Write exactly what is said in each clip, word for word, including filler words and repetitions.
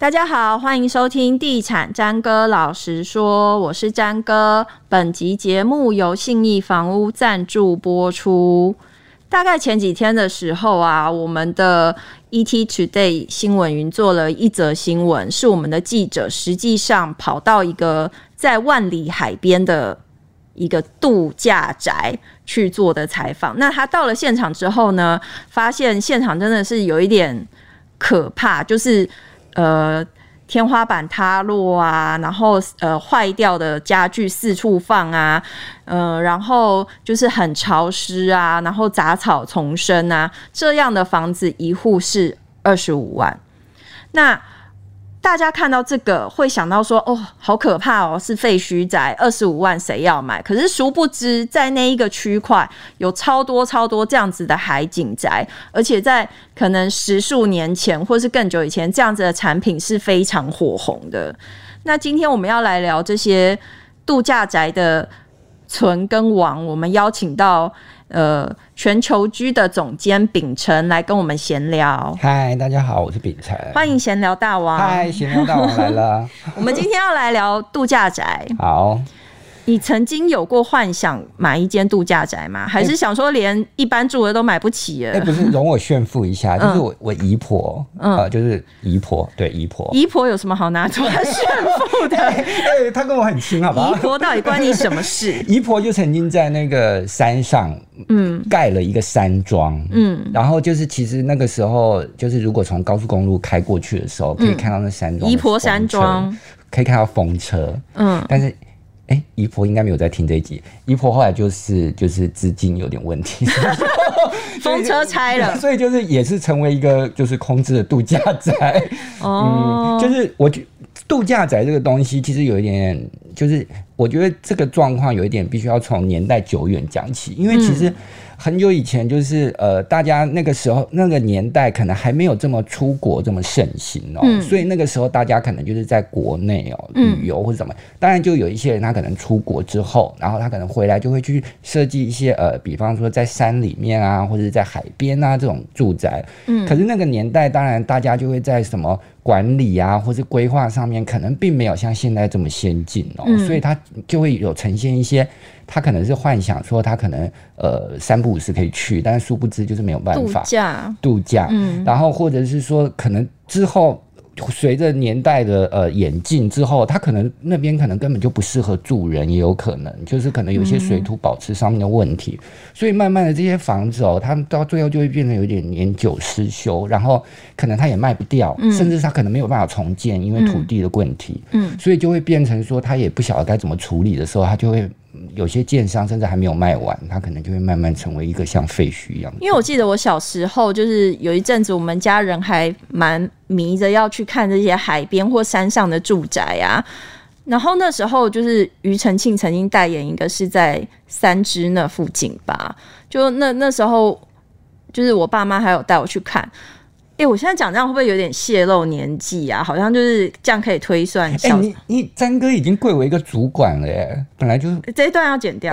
大家好，欢迎收听地产詹哥老实说，我是詹哥。本集节目由信义房屋赞助播出。大概前几天的时候啊，我们的 E T Today 新闻云做了一则新闻，是我们的记者实际上跑到一个在万里海边的一个度假宅去做的采访。那他到了现场之后呢，发现现场真的是有一点可怕，就是呃，天花板塌落啊，然后呃坏掉的家具四处放啊，呃，然后就是很潮湿啊，然后杂草丛生啊，这样的房子一户是二十五万。那大家看到这个会想到说，哦，好可怕哦，是废墟宅，二十五万谁要买？可是殊不知，在那一个区块有超多超多这样子的海景宅，而且在可能十数年前或是更久以前，这样子的产品是非常火红的。那今天我们要来聊这些度假宅的存跟亡，我们邀请到呃，全球居的总监秉承来跟我们闲聊。 嗨，大家好，我是秉承， 欢迎闲聊大王。 嗨，闲聊大王来了。 我们今天要来聊度假宅。 好， 你曾经有过幻想买一间度假宅吗？还是想说连一般住的都买不起了？ 哎、欸，不是，容我炫富一下，就是我我姨婆，嗯、呃，就是姨婆，对姨婆， 姨婆有什么好拿出来炫富的？哎、 欸，她跟我很亲，好不好？ 姨婆到底关你什么事？ 姨婆就曾经在那个山上，嗯，盖了一个山庄，嗯，然后就是其实那个时候，就是如果从高速公路开过去的时候，可以看到那山庄， 姨婆山庄， 可以看到风车，嗯，但是。哎、欸，姨婆应该没有在听这一集。姨婆后来就是就是资金有点问题， 风车拆了， 所以就是也是成为一个就是空置的度假宅。哦、嗯，就是我觉度假宅这个东西其实有一点，就是我觉得这个状况有一点必须要从年代久远讲起，因为其实。很久以前，就是呃，大家那个时候那个年代可能还没有这么出国这么盛行哦，嗯、所以那个时候大家可能就是在国内哦旅游或者什么。嗯、当然，就有一些人他可能出国之后，然后他可能回来就会去设计一些呃，比方说在山里面啊，或者是在海边啊这种住宅。嗯，可是那个年代，当然大家就会在什么管理啊，或是规划上面，可能并没有像现在这么先进哦，嗯、所以他就会有呈现一些。他可能是幻想说他可能呃三不五时可以去，但是殊不知就是没有办法度假度假，嗯，然后或者是说可能之后随着年代的呃演进之后，他可能那边可能根本就不适合住人，也有可能就是可能有一些水土保持上面的问题，嗯、所以慢慢的这些房子哦，他们到最后就会变得有点年久失修，然后可能他也卖不掉，嗯、甚至他可能没有办法重建，因为土地的问题，嗯，所以就会变成说他也不晓得该怎么处理的时候，他就会。有些建商甚至还没有卖完，他可能就会慢慢成为一个像废墟一样。 因为我记得我小时候就是有一阵子，我们家人还蛮迷着要去看这些海边或山上的住宅啊。然后那时候就是庾澄庆曾经代言一个是在三芝那附近吧，就那那时候就是我爸妈还有带我去看。哎、欸，我现在讲这样会不会有点泄露年纪啊？好像就是这样可以推算。哎、 欸，你你詹哥已经贵为一个主管了耶，本来就是这一段要剪掉。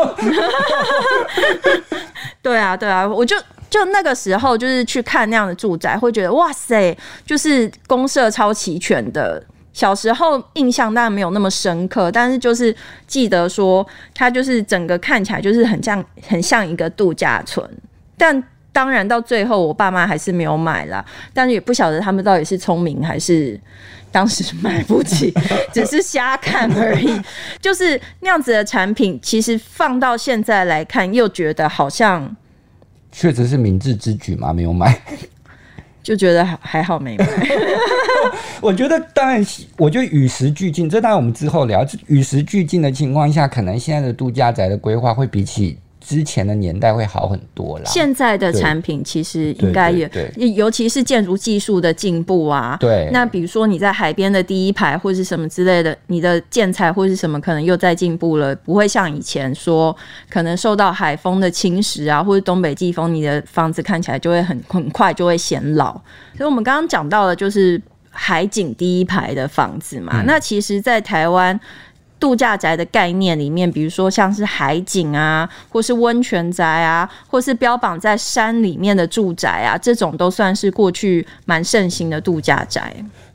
对啊，对啊，我就就那个时候就是去看那样的住宅，会觉得哇塞，就是公设超齐全的。小时候印象当然没有那么深刻，但是就是记得说，它就是整个看起来就是很像很像一个度假村，但。当然，到最后我爸妈还是没有买啦，但是也不晓得他们到底是聪明还是当时买不起，只是瞎看而已。就是那样子的产品，其实放到现在来看，又觉得好像确实是明智之举嘛，没有买， 就觉得还好没买。 我觉得当然，我觉得与时俱进，这当然我们之后聊。与时俱进的情况下，可能现在的度假宅的规划会比起。之前的年代会好很多啦。 现在的产品其实应该也，尤其是建筑技术的进步啊。 对。 那比如说你在海边的第一排或是什么之类的，你的建材或是什么可能又在进步了，不会像以前说可能受到海风的侵蚀啊，或者东北季风，你的房子看起来就会很很快就会显老。所以我们刚刚讲到的就是海景第一排的房子嘛。嗯、那其实，在台湾。度假宅的概念里面，比如说像是海景啊，或是温泉宅啊，或是标榜在山里面的住宅啊，这种都算是过去蛮盛行的度假宅。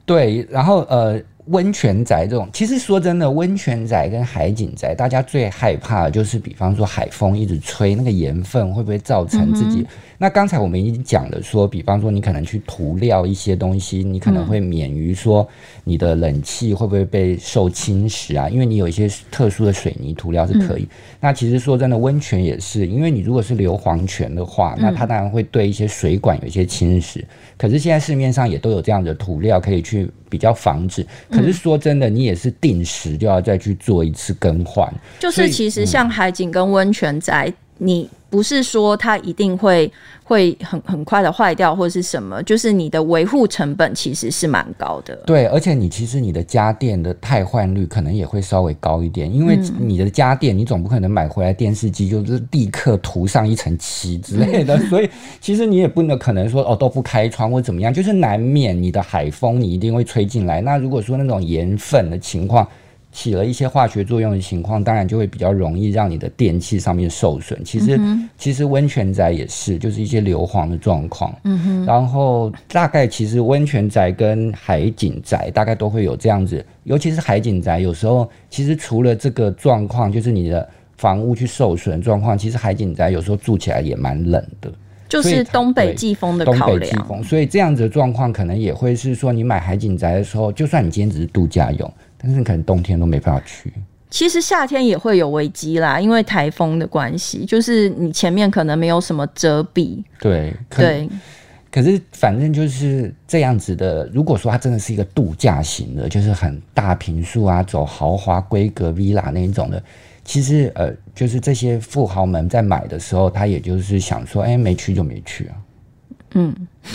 对，然后呃。温泉宅这种，其实说真的，温泉宅跟海景宅，大家最害怕的就是，比方说海风一直吹，那个盐分会不会造成自己？嗯、那刚才我们已经讲了说，比方说你可能去涂料一些东西，你可能会免于说你的冷气会不会被受侵蚀啊？因为你有一些特殊的水泥涂料是可以。嗯、那其实说真的，温泉也是，因为你如果是硫磺泉的话，那它当然会对一些水管有一些侵蚀。可是现在市面上也都有这样的涂料可以去比较防止。可是说真的，你也是定时就要再去做一次更换。 就是其实像海景跟温泉宅，嗯、你不是说它一定会会很很快的坏掉或是什么，就是你的维护成本其实是蛮高的。 对，而且你其实你的家电的汰换率可能也会稍微高一点，因为你的家电你总不可能买回来电视机就是立刻涂上一层漆之类的，所以其实你也不能可能说哦都不开窗或怎么样，就是难免你的海风你一定会吹进来。那如果说那种盐分的情况起了一些化学作用的情况，当然就会比较容易让你的电器上面受损。其实、嗯、其实温泉宅也是，就是一些硫磺的状况。嗯哼。然后大概其实温泉宅跟海景宅大概都会有这样子，尤其是海景宅，有时候其实除了这个状况，就是你的房屋去受损的状况，其实海景宅有时候住起来也蛮冷的。 就是东北季风的考量， 东北季风，所以这样子的状况可能也会是说，你买海景宅的时候，就算你今天只是度假用，但是你可能冬天都没办法去。 其实夏天也会有危机啦，因为台风的关系，就是你前面可能没有什么遮蔽。 对对， 可是反正就是这样子的。如果说它真的是一个度假型的，就是很大坪数啊，走豪华规格 villa 那一种的。其实呃，就是这些富豪们在买的时候，他也就是想说，哎，没去就没去啊。 嗯，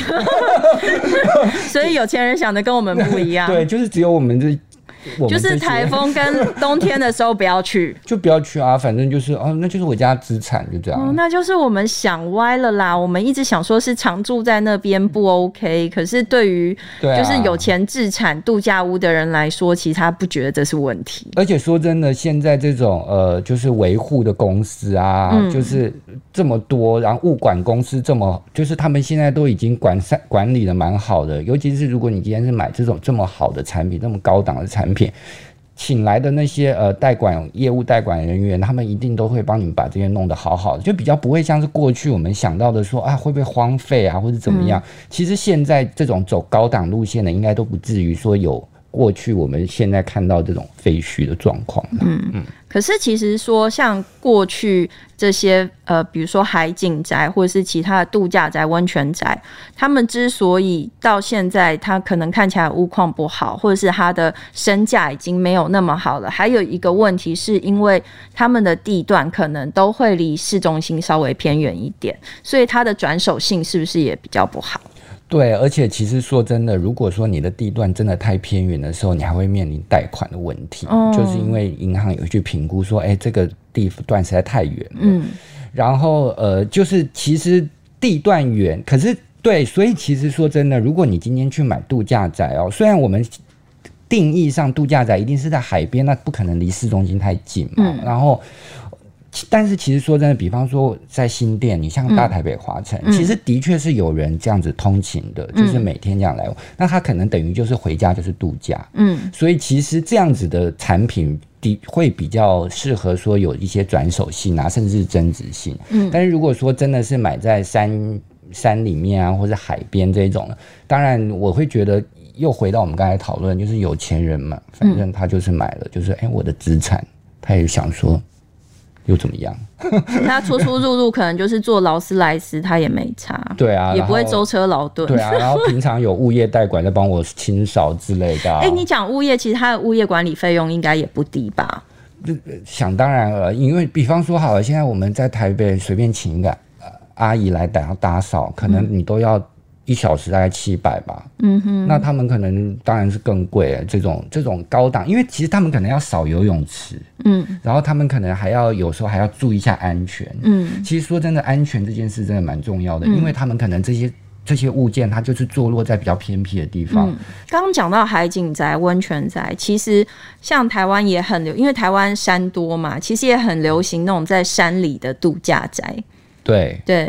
所以有钱人想的跟我们不一样。 对，就是只有我们这。 就是台风跟冬天的时候不要去， 就不要去啊，反正就是哦，那就是我家资产，就这样。 哦，那就是我们想歪了啦。我们一直想说是常住在那边不 OK， 可是对于就是有钱置产度假屋的人来说，其实他不觉得这是问题。 而且说真的，现在这种呃，就是维护的公司啊，嗯、就是这么多，然后物管公司这么，就是他们现在都已经管管理的蛮好的。尤其是如果你今天是买这种这么好的产品，这么高档的产品。请来的那些呃代管业务代管人员，他们一定都会帮你们把这些弄得好好的，就比较不会像是过去我们想到的说啊会不会荒废啊或者怎么样。嗯、其实现在这种走高档路线的，应该都不至于说有过去我们现在看到这种废墟的状况。嗯嗯。 可是其实说像过去这些呃，比如说海景宅或者是其他的度假宅、温泉宅，他们之所以到现在它可能看起来屋况不好，或者是它的身价已经没有那么好了，还有一个问题是因为他们的地段可能都会离市中心稍微偏远一点，所以它的转手性是不是也比较不好？ 对，而且其实说真的，如果说你的地段真的太偏远的时候，你还会面临贷款的问题，哦、就是因为银行有去评估说，哎，这个地段实在太远了。嗯，然后呃，就是其实地段远，可是对，所以其实说真的，如果你今天去买度假宅哦，虽然我们定义上度假宅一定是在海边，那不可能离市中心太近嘛，嗯、然后。但是其实说真的，比方说在新店，你像大台北华城，嗯、其实的确是有人这样子通勤的，嗯、就是每天这样来往。那他可能等于就是回家就是度假，嗯，所以其实这样子的产品的会比较适合说有一些转手性啊，甚至是增值性。嗯，但是如果说真的是买在山山里面啊，或者海边这种的，当然我会觉得又回到我们刚才讨论，就是有钱人嘛，反正他就是买了，就是哎、欸、我的资产，他也想说。又怎么样？ 他出出入入可能就是坐劳斯莱斯，他也没差。 对啊， 也不会舟车劳顿。 对啊，然后平常有物业代管在帮我清扫之类的、啊。 哎、欸，你讲物业，其实他的物业管理费用应该也不低吧？ 想当然了，因为比方说好了，现在我们在台北随便请一个、呃、阿姨来打打扫，可能你都要。一小时大概七百吧，嗯哼，那他们可能当然是更贵，这种这种高档，因为其实他们可能要扫游泳池，嗯，然后他们可能还要有时候还要注意一下安全，嗯，其实说真的，安全这件事真的蛮重要的，嗯、因为他们可能这些这些物件，它就是坐落在比较偏僻的地方。嗯、 刚刚讲到海景宅、温泉宅，其实像台湾也很流，因为台湾山多嘛，其实也很流行那种在山里的度假宅， 对对。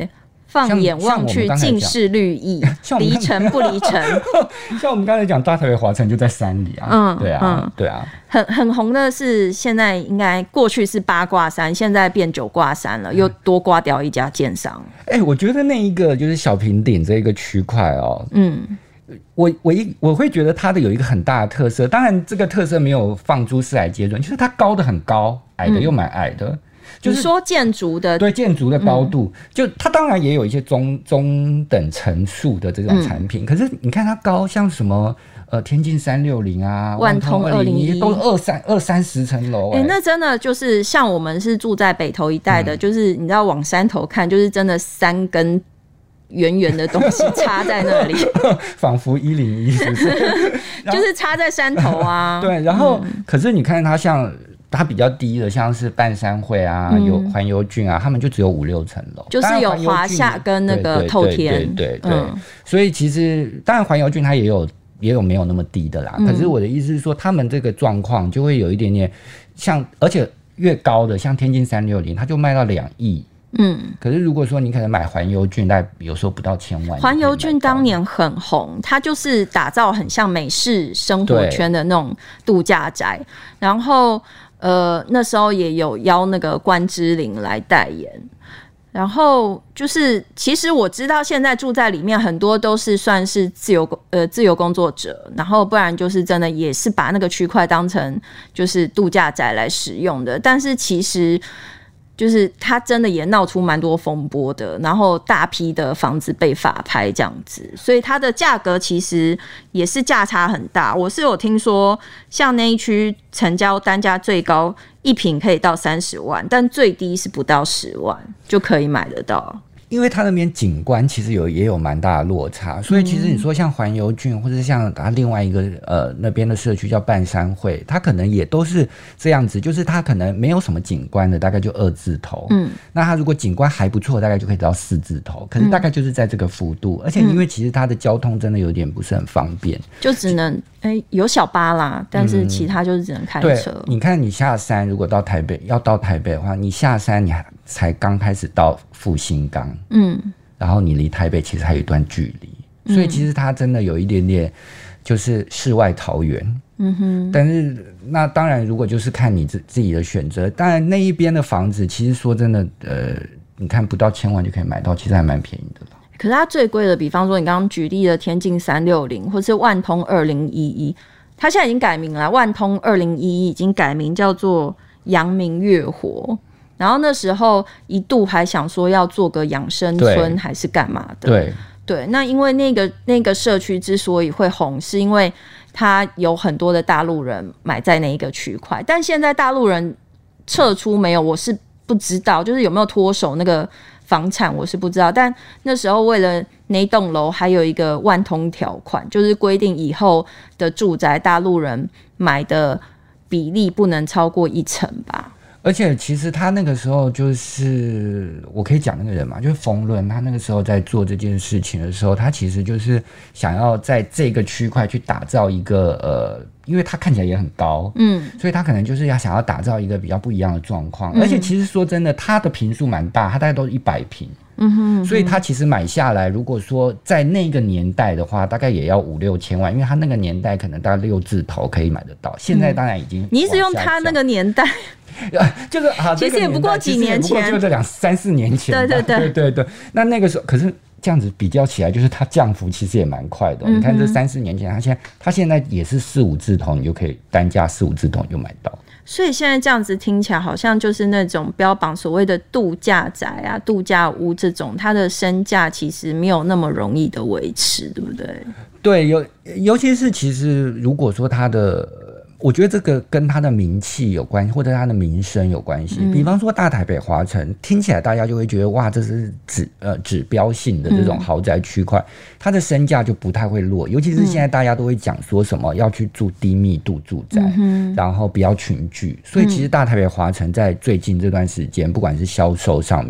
放眼望去尽是绿意，离城不离城。 像我们刚才讲大台北华城就在山里啊，嗯，对啊，嗯、对啊。 很很红的是现在应该过去是八卦山，现在变九卦山了，又多挂掉一家建商。 哎、欸，我觉得那一个就是小平顶这个区块哦，嗯。我我一我会觉得它的有一个很大的特色，当然这个特色没有放诸四海皆准，就是它高的很高，矮的又蛮矮的。嗯， 就是说建筑的对建筑的高度，嗯、就它当然也有一些中中等层数的这种产品，嗯、可是你看它高，像什么呃天境三六零啊、 万通二零一都二三二三十层楼， 哎、欸，那真的就是像我们是住在北投一带的，嗯、就是你知道往山头看，就是真的三根圆圆的东西插在那里， 仿佛一零一，是不是？ 就是插在山头啊。 对，然后、嗯、可是你看它像。它比较低的，像是半山会啊、嗯、有环游郡啊，他们就只有五六层楼， 就是有华夏跟那个透天， 对对 对, 对, 对, 对、嗯，所以其实当然环游郡它也有也有没有那么低的啦、嗯，可是我的意思是说，他们这个状况就会有一点点像，而且越高的像天境三六零，它就卖到两亿。嗯，可是如果说你可能买环游郡，大概有时候不到千万。 环游郡当年很红，它就是打造很像美式生活圈的那种度假宅，然后呃那时候也有邀那个关之琳来代言。然后就是，其实我知道现在住在里面很多都是算是自由呃自由工作者，然后不然就是真的也是把那个区块当成就是度假宅来使用的，但是其实。就是它真的也闹出蛮多风波的，然后大批的房子被法拍这样子，所以它的价格其实也是价差很大。我是有听说，像那一区成交单价最高一坪可以到三十万，但最低是不到十万就可以买得到。 因为它那边景观其实有也有蛮大的落差，所以其实你说像环游郡或者像它另外一个呃那边的社区叫半山会，它可能也都是这样子，就是它可能没有什么景观的，大概就二字头，嗯，那它如果景观还不错，大概就可以到四字头，可是大概就是在这个幅度，嗯、而且因为其实它的交通真的有点不是很方便， 就只能哎、欸、有小巴啦，但是其他就是只能开车。 对，你看你下山如果到台北要到台北的话，你下山你还才刚开始到复兴岗。嗯，然后你离台北其实还有一段距离，所以其实它真的有一点点就是世外桃源。嗯哼，但是那当然，如果就是看你自自己的选择，当然那一边的房子其实说真的，呃，你看不到千万就可以买到，其实还蛮便宜的了。 可是它最贵的，比方说你刚刚举例的天境三六零，或是万通二零一一，它现在已经改名了，万通二零一一已经改名叫做阳明悦活。然后那时候一度还想说要做个养生村还是干嘛的， 对对。那因为那个那个社区之所以会红，是因为它有很多的大陆人买在那一个区块，但现在大陆人撤出没有，我是不知道，就是有没有脱手那个房产我是不知道。但那时候为了那栋楼还有一个万通条款，就是规定以后的住宅大陆人买的比例不能超过一成吧。 而且其实他那个时候就是我可以讲那个人嘛，就是冯仑，他那个时候在做这件事情的时候，他其实就是想要在这个区块去打造一个呃，因为他看起来也很高，嗯，所以他可能就是要想要打造一个比较不一样的状况。嗯、而且其实说真的，他的坪数蛮大，他大概都是一百坪。嗯哼嗯哼，所以他其实买下来，如果说在那个年代的话，大概也要五六千万，因为他那个年代可能大概六字头可以买得到。现在当然已经、嗯、 你一直用他那个年代， 就是啊， 其实也不过几年前， 不过就这两三四年前， 对对对对对对。那那个时候，可是这样子比较起来，就是它降幅其实也蛮快的、哦嗯。你看这三四年前，它现在它现在也是四五字头，你就可以单价四五字头你就买到。 所以现在这样子听起来好像就是那种标榜所谓的度假宅啊、度假屋这种，它的身价其实没有那么容易的维持，对不对？ 对，尤尤其是其实如果说它的，我觉得这个跟它的名气有关系，或者它的名声有关系。嗯、比方说大台北华城，听起来大家就会觉得哇，这是指呃指标性的这种豪宅区块、嗯，它的身价就不太会落。尤其是现在大家都会讲说什么要去住低密度住宅，嗯、然后不要群聚，所以其实大台北华城在最近这段时间，不管是销售上面，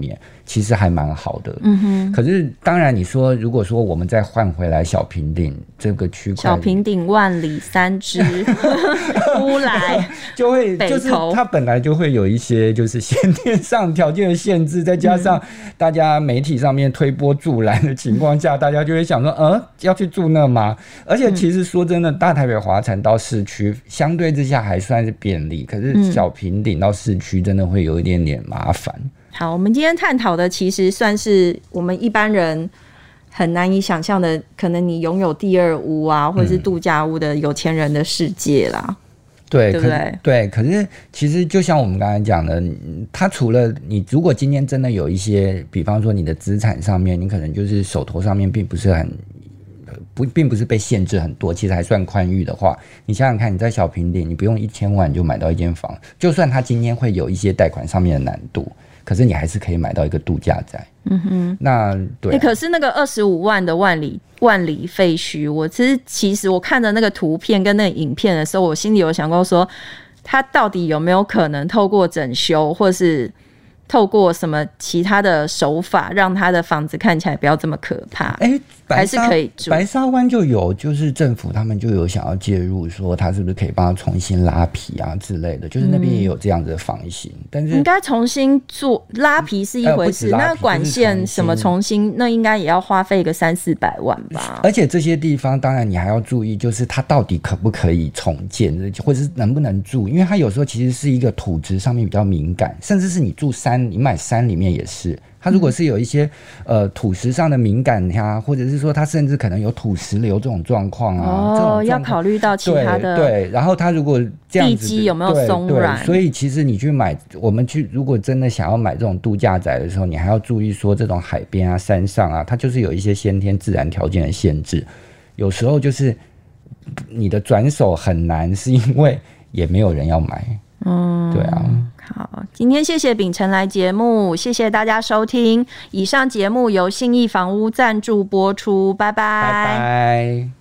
其实还蛮好的。 嗯哼。 可是当然你说如果说我们再换回来小平顶这个区块， 小平顶万里三支乌来就会就是它本来就会有一些就是先天上条件的限制，再加上大家媒体上面推波助澜的情况下，大家就会想说呃要去住那吗？而且其实说真的，大台北华城到市区相对之下还算是便利，可是小平顶到市区真的会有一点点麻烦。 好，我们今天探讨的其实算是我们一般人很难以想象的，可能你拥有第二屋啊，或者是度假屋的有钱人的世界啦。 对， 对不对？ 对，可是其实就像我们刚才讲的，他除了你，如果今天真的有一些，比方说你的资产上面，你可能就是手头上面并不是很不，并不是被限制很多，其实还算宽裕的话，你想想看，你在小平顶，你不用一千万就买到一间房，就算他今天会有一些贷款上面的难度，可是你还是可以买到一个度假宅。嗯哼，那对、啊欸，可是那个二十五万的万里万里废墟，我其实其实我看着那个图片跟那个影片的时候，我心里有想过说，他到底有没有可能透过整修，或是透过什么其他的手法，让他的房子看起来不要这么可怕？哎、欸，还是可以住。 白沙湾就有，就是政府他们就有想要介入，说他是不是可以帮他重新拉皮啊之类的，就是那边也有这样子的房型。嗯、但是应该重新做拉皮是一回事，呃、那管线什么重新，那应该也要花费个三四百万吧。 而且这些地方，当然你还要注意，就是它到底可不可以重建，或者是能不能住，因为它有时候其实是一个土质上面比较敏感，甚至是你住山。你买山里面也是，它如果是有一些呃土石上的敏感呀，或者是说它甚至可能有土石流这种状况啊，哦，这种要考虑到其他的对, 对，然后它如果这样子地基有没有松软， 所以其实你去买，我们去如果真的想要买这种度假宅的时候，你还要注意说这种海边啊、山上啊，它就是有一些先天自然条件的限制，有时候就是你的转手很难，是因为也没有人要买。嗯，对啊。 好，今天谢谢秉承来节目，谢谢大家收听。以上节目由信义房屋赞助播出，拜拜。 拜拜。